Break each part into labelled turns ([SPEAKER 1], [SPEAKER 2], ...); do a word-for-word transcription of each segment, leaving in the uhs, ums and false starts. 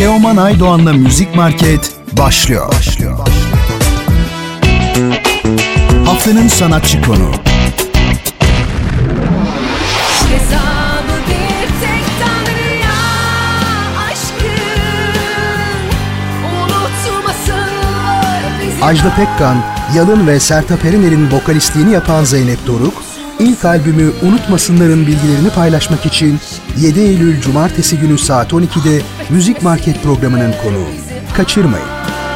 [SPEAKER 1] Teoman Aydoğan'la Müzik Market başlıyor. başlıyor. Haftanın sanatçı konuğu. Ajda Pekkan, Yalın ve Sertab Erener'in vokalistliğini yapan Zeynep Doruk, ilk albümü Unutmasınlar'ın bilgilerini paylaşmak için yedi Eylül Cumartesi günü saat on ikide Müzik Market programının konuğu. Kaçırmayın.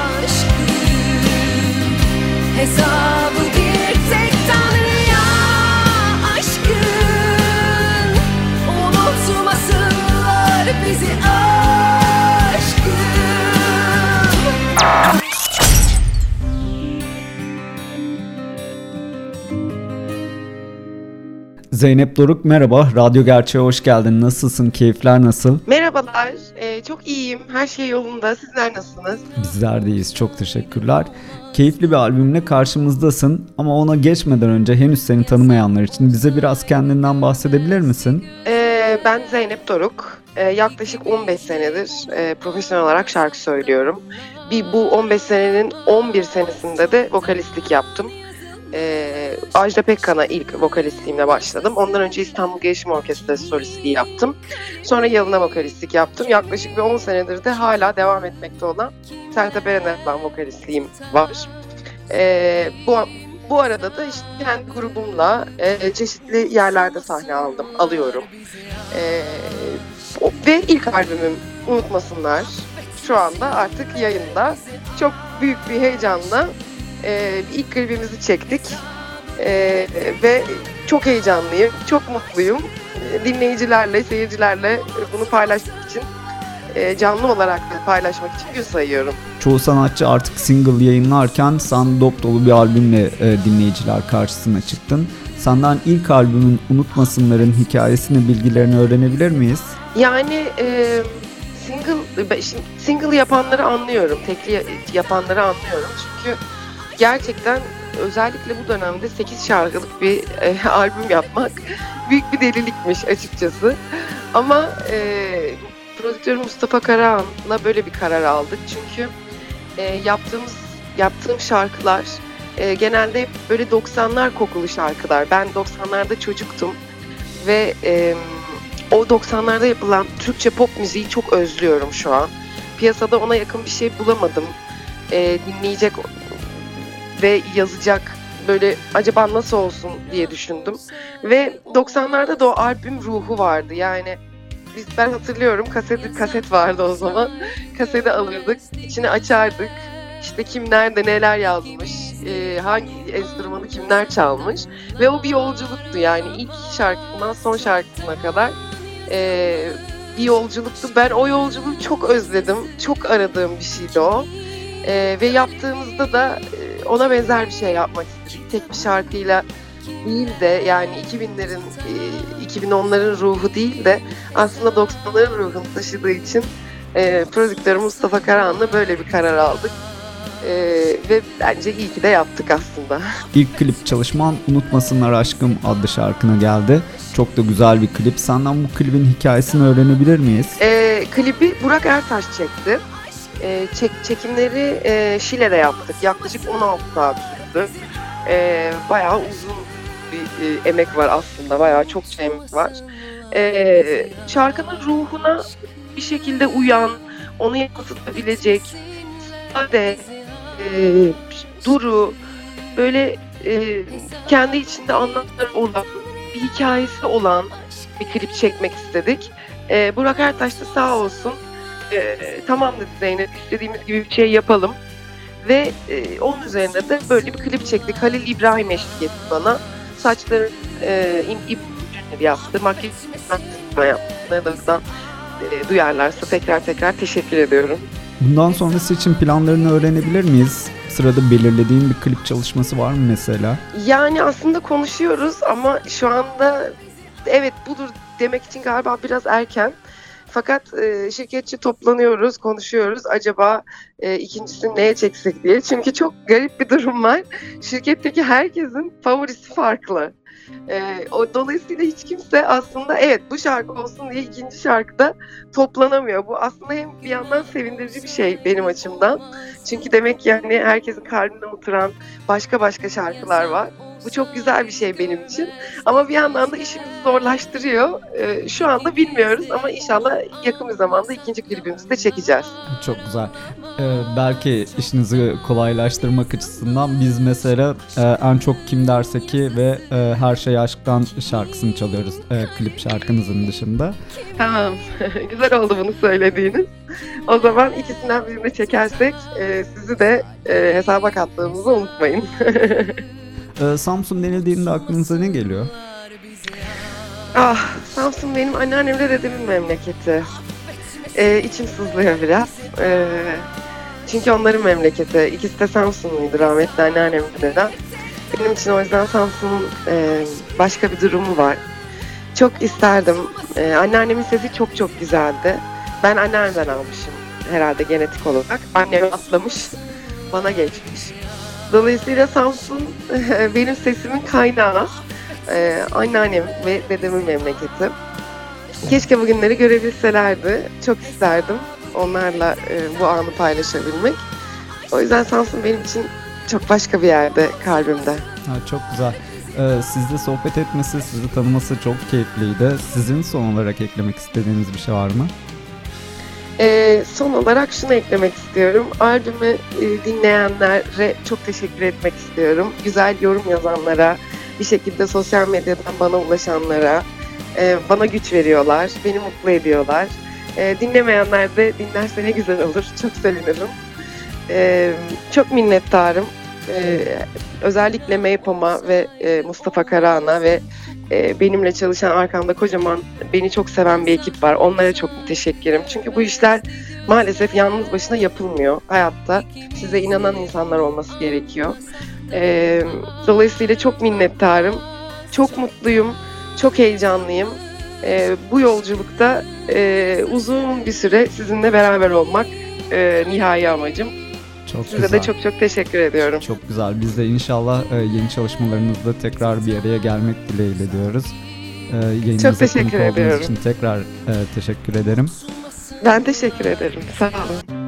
[SPEAKER 2] Zeynep Doruk merhaba, Radyo Gerçeğe hoş geldin. Nasılsın, keyifler nasıl?
[SPEAKER 3] Merhabalar, ee, çok iyiyim, her şey yolunda. Sizler nasılsınız?
[SPEAKER 2] Bizler deyiz, çok teşekkürler. Keyifli bir albümle karşımızdasın ama ona geçmeden önce henüz seni tanımayanlar için bize biraz kendinden bahsedebilir misin?
[SPEAKER 3] Ee, ben Zeynep Doruk, ee, yaklaşık on beş senedir e, profesyonel olarak şarkı söylüyorum. Bir, bu on beş senenin on bir senesinde de vokalistlik yaptım. Ee, Ajda Pekkan'a ilk vokalistliğimle başladım. Ondan önce İstanbul Gelişim Orkestrası solistliği yaptım. Sonra Yalın'a vokalistlik yaptım. Yaklaşık bir on senedir de hala devam etmekte olan Sertab Erener'den vokalistliğim var. Ee, bu bu arada da işte kendi grubumla e, çeşitli yerlerde sahne aldım, alıyorum. Ee, ve ilk albümüm Unutmasınlar şu anda artık yayında. Çok büyük bir heyecanla Ee, ilk klibimizi çektik ee, ve çok heyecanlıyım, çok mutluyum. Ee, dinleyicilerle, seyircilerle bunu paylaşmak için, e, canlı olarak da paylaşmak için gün sayıyorum.
[SPEAKER 2] Çoğu sanatçı artık single yayınlarken sen dop dolu bir albümle e, dinleyiciler karşısına çıktın. Senden ilk albümün Unutmasınlar'ın hikayesini, bilgilerini öğrenebilir miyiz?
[SPEAKER 3] Yani e, single, şimdi single yapanları anlıyorum, tekli yapanları anlıyorum çünkü gerçekten özellikle bu dönemde sekiz şarkılık bir e, albüm yapmak büyük bir delilikmiş açıkçası. Ama e, prodüktör Mustafa Karahan'la böyle bir karar aldık. Çünkü e, yaptığımız yaptığım şarkılar e, genelde böyle doksanlar kokulu şarkılar. Ben doksanlarda çocuktum ve e, o doksanlarda yapılan Türkçe pop müziği çok özlüyorum şu an. Piyasada ona yakın bir şey bulamadım. E, dinleyecek ve yazacak böyle acaba nasıl olsun diye düşündüm. Ve doksanlarda da o albüm ruhu vardı. Yani biz, ben hatırlıyorum, kaset, kaset vardı o zaman. Kaseti alırdık, içine açardık. İşte kim nerede neler yazmış, e, hangi enstrümanı kimler çalmış. Ve o bir yolculuktu yani ilk şarkından son şarkısına kadar e, bir yolculuktu. Ben o yolculuğu çok özledim, çok aradığım bir şeydi o. E, ve yaptığımızda da ona benzer bir şey yapmak istedik. Tek bir şarkıyla değil de yani iki binlerin, iki bin onların ruhu değil de aslında doksanların ruhunu taşıdığı için e, prodüktör Mustafa Karahan'la böyle bir karar aldık. E, ve bence iyi ki de yaptık aslında.
[SPEAKER 2] İlk klip çalışman Unutmasınlar Aşkım adlı şarkına geldi. Çok da güzel bir klip. Senden bu klibin hikayesini öğrenebilir miyiz?
[SPEAKER 3] E, klibi Burak Ertaş çekti. E, çek, çekimleri e, Şile'de yaptık. Yaklaşık on altı saat sürdü. E, bayağı uzun bir e, emek var aslında. Bayağı çokça emek var. E, şarkının ruhuna bir şekilde uyan, onu yansıtabilecek, sade, e, duru, böyle e, kendi içinde anlamları olan, bir hikayesi olan bir klip çekmek istedik. E, Burak Ertaş da sağ olsun, Ee, tamam dedi Zeynep, istediğimiz gibi bir şey yapalım ve e, onun üzerine de böyle bir klip çektik. Halil İbrahim eşlik etti bana. Saçları e, İbrahim yaptı, makyaj yaptı. Buradan e, duyarlarsa tekrar tekrar teşekkür ediyorum.
[SPEAKER 2] Bundan sonrası için planlarını öğrenebilir miyiz? Sırada belirlediğin bir klip çalışması var mı mesela?
[SPEAKER 3] Yani aslında konuşuyoruz ama şu anda evet budur demek için galiba biraz erken. Fakat e, şirketçi toplanıyoruz, konuşuyoruz. Acaba e, ikincisini neye çeksek diye. Çünkü çok garip bir durum var. Şirketteki herkesin favorisi farklı. Ee, o dolayısıyla hiç kimse aslında evet bu şarkı olsun diye ikinci şarkıda toplanamıyor. Bu aslında hem bir yandan sevindirici bir şey benim açımdan. Çünkü demek ki yani herkesin kalbine oturan başka başka şarkılar var. Bu çok güzel bir şey benim için. Ama bir yandan da işimizi zorlaştırıyor. Ee, şu anda bilmiyoruz ama inşallah yakın bir zamanda ikinci klibimizi de çekeceğiz.
[SPEAKER 2] Çok güzel. Ee, belki işinizi kolaylaştırmak açısından biz mesela e, en çok Kim Derse Ki ve e, Her Şey Aşk'tan şarkısını çalıyoruz e, klip şarkınızın dışında.
[SPEAKER 3] Tamam. Güzel oldu bunu söylediğiniz. O zaman ikisinden birini de çekersek e, sizi de e, hesaba kattığımızı unutmayın.
[SPEAKER 2] Ee, Samsun denildiğinde aklınıza ne geliyor?
[SPEAKER 3] Ah, Samsun benim anneannemle dedemin memleketi. Ee, içim sızlıyor biraz. Ee, çünkü onların memleketi. İkisi de Samsunluydu, rahmetli anneannem ve dedem. Benim için o yüzden Samsun'un e, başka bir durumu var. Çok isterdim. Ee, anneannemin sesi çok çok güzeldi. Ben anneannemden almışım herhalde genetik olarak. Annem atlamış, bana geçmiş. Dolayısıyla Samsun benim sesimin kaynağı, ee, anneannem ve dedemin memleketi. Keşke bugünleri görebilselerdi. Çok isterdim onlarla e, bu anı paylaşabilmek. O yüzden Samsun benim için çok başka bir yerde kalbimde.
[SPEAKER 2] Ha, çok güzel. Ee, sizle sohbet etmesi, sizi tanıması çok keyifliydi. Sizin son olarak eklemek istediğiniz bir şey var mı?
[SPEAKER 3] Ee, son olarak şunu eklemek istiyorum. Albümü e, dinleyenlere çok teşekkür etmek istiyorum. Güzel yorum yazanlara, bir şekilde sosyal medyadan bana ulaşanlara, e, bana güç veriyorlar, beni mutlu ediyorlar. E, dinlemeyenler de dinlerse ne güzel olur, çok sevinirim. E, çok minnettarım. E, özellikle Meypom'a ve e, Mustafa Karahan'a ve e, benimle çalışan arkamda kocaman beni çok seven bir ekip var. Onlara çok teşekkürüm. Çünkü bu işler maalesef yalnız başına yapılmıyor hayatta. Size inanan insanlar olması gerekiyor. E, dolayısıyla çok minnettarım. Çok mutluyum. Çok heyecanlıyım. E, bu yolculukta e, uzun bir süre sizinle beraber olmak e, nihai amacım.
[SPEAKER 2] Çok
[SPEAKER 3] Size
[SPEAKER 2] güzel.
[SPEAKER 3] de çok çok teşekkür ediyorum.
[SPEAKER 2] Çok güzel. Biz de inşallah e, yeni çalışmalarınızda tekrar bir araya gelmek dileğiyle diyoruz. E, yayınımıza
[SPEAKER 3] Çok teşekkür
[SPEAKER 2] konuk olduğunuz
[SPEAKER 3] ediyorum.
[SPEAKER 2] için tekrar e, teşekkür ederim.
[SPEAKER 3] Ben teşekkür ederim. Sağ olun.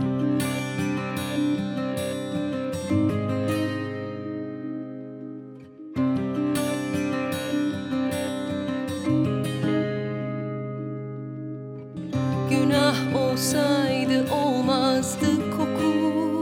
[SPEAKER 4] Günah olsaydı olmazdı koku,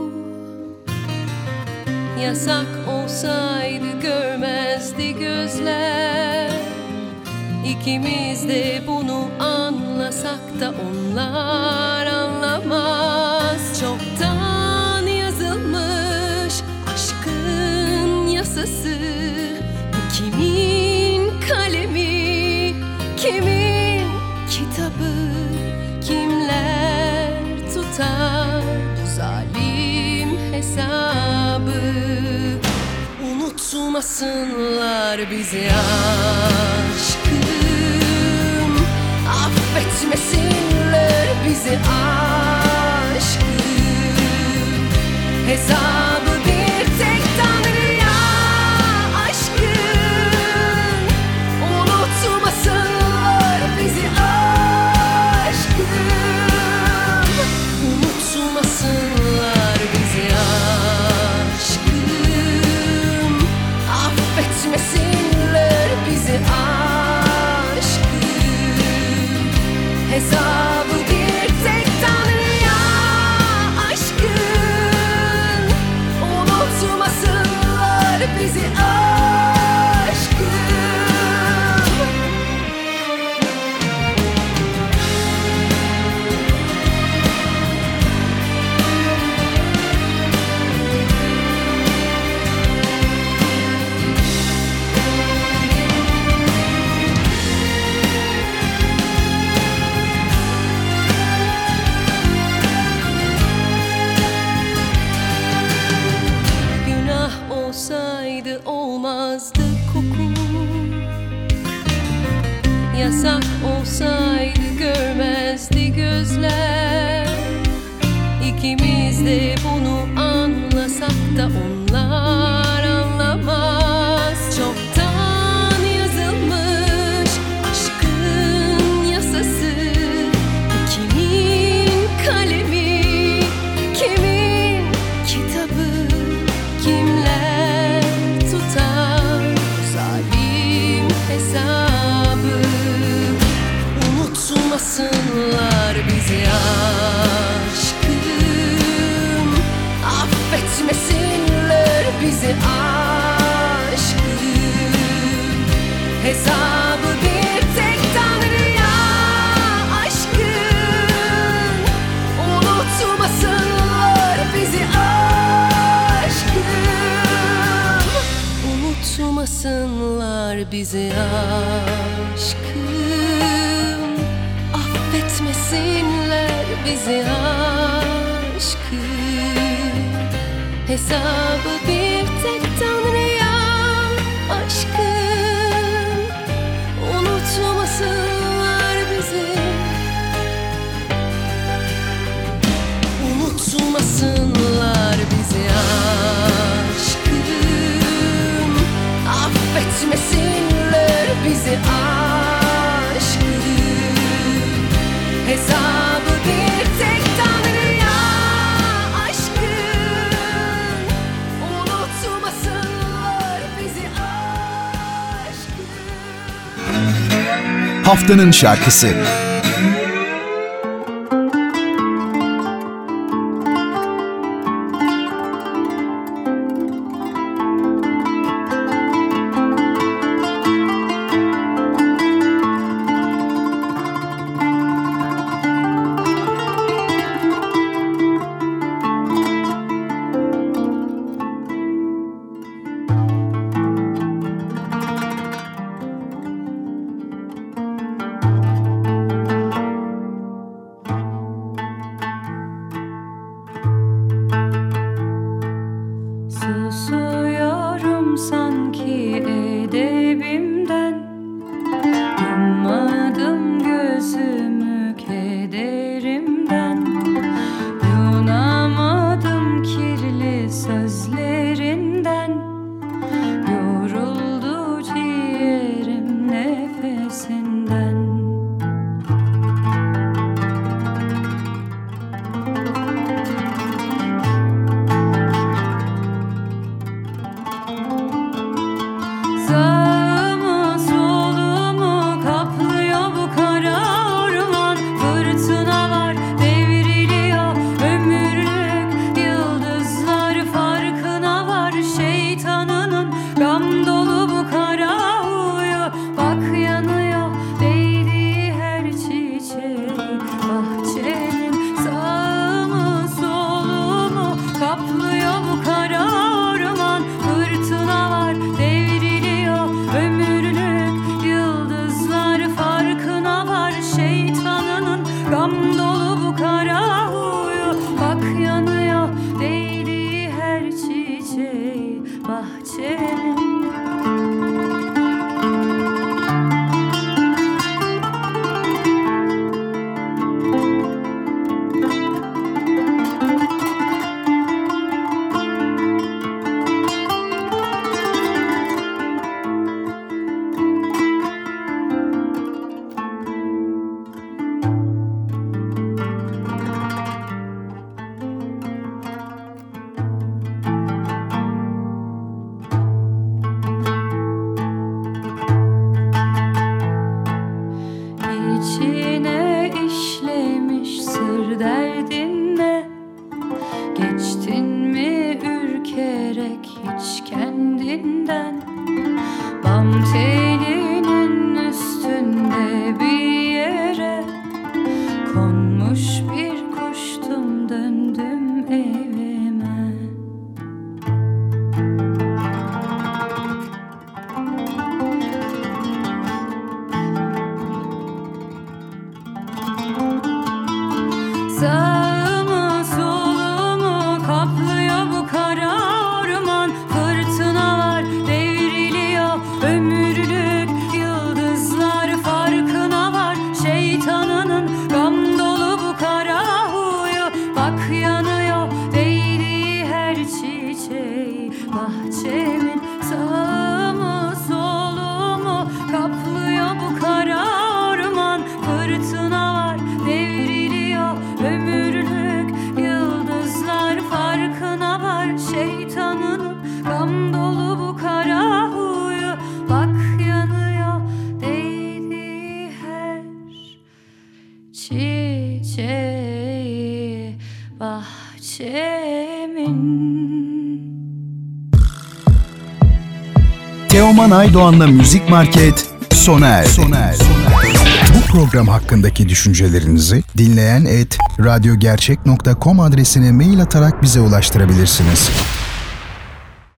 [SPEAKER 4] yasak olsaydı görmezdi gözler. İkimiz de bunu anlasak da onlar anlamaz. Çoktan yazılmış aşkın yasası. Bu kimin kalemi, kimin kitabı? Kimler tutar bu zalim hesabı? Unutmasınlar bizi aşkım, affetmesinler bizi aşkım. Hesabı bir tek Tanrı'ya aşkım. Unutmasınlar bizi aşkım. Unutmasınlar bizi aşkım. Affetmesinler bizi aşkım. Hesabı bir tek Tanrı'ya aşkım. Unutmasınlar bizi aşkım. Günah olsaydı olmazdı koku, yasak olsaydı görmezdi gözler. İkimiz de bunu anlasak da onlar anlamaz. Çoktan yazılmış unutmasınlar bizi aşkım. Affetmesinler bizi aşkım. Hesabı bir tek Tanrı'ya aşkım. Unutmasınlar bizi aşkım. Unutmasınlar bizi aşkım. Affetmesinler bizi aşkım. Hesabı bir tek Tanrı'ya aşkım. Unutmasınlar bizi. Unutmasınlar bizi aşkım. Affetmesinler bizi aşkım. Hesabı bir tek Tanrı'ya aşkım. Unutmasınlar bizi aşkım.
[SPEAKER 1] Haftanın şarkısı.
[SPEAKER 5] Susuyorum sanki edebimden, yummadım gözümü kederimden, yunamadım kirli sözlerinden, yoruldu ciğerim nefesinden. Sağımı solumu kaplıyor bu kara orman. Fırtına var, devriliyor ömürlük yıldızlar farkına var. Şeytanının gam dolu bu kara huyu. Bak yanıyor değdiği her çiçeği bahçenin. Sağımı solumu kaplıyor bu kara orman. Fırtına var, devriliyor ömürlük yıldızlar farkına var. Şeytanının gam dolu bu kara huyu. Bak yanıyor değdiği her çiçeği bahçenin. İçine işlemiş sır derdinle, geçtin mi ürkerek hiç kendinden? Bam telinin üstünde bir yere konmuş bir kuştum, döndüm evime. Sağımı solumu kaplıyor bu kara orman. Fırtına var, devriliyor ömürlük yıldızlar farkına var. Şeytanının gam dolu bu kara huyu. Bak yanıyor değdiği her çiçeği bahçemin. Sağımı solumu kaplıyor bu kara orman. Fırtına var, devriliyor ömür bahçemin.
[SPEAKER 1] Teoman Aydoğan'la Müzik Market sona erdi. Sona erdi. Bu program hakkındaki düşüncelerinizi dinleyen et radyogercek nokta com adresine mail atarak bize ulaştırabilirsiniz.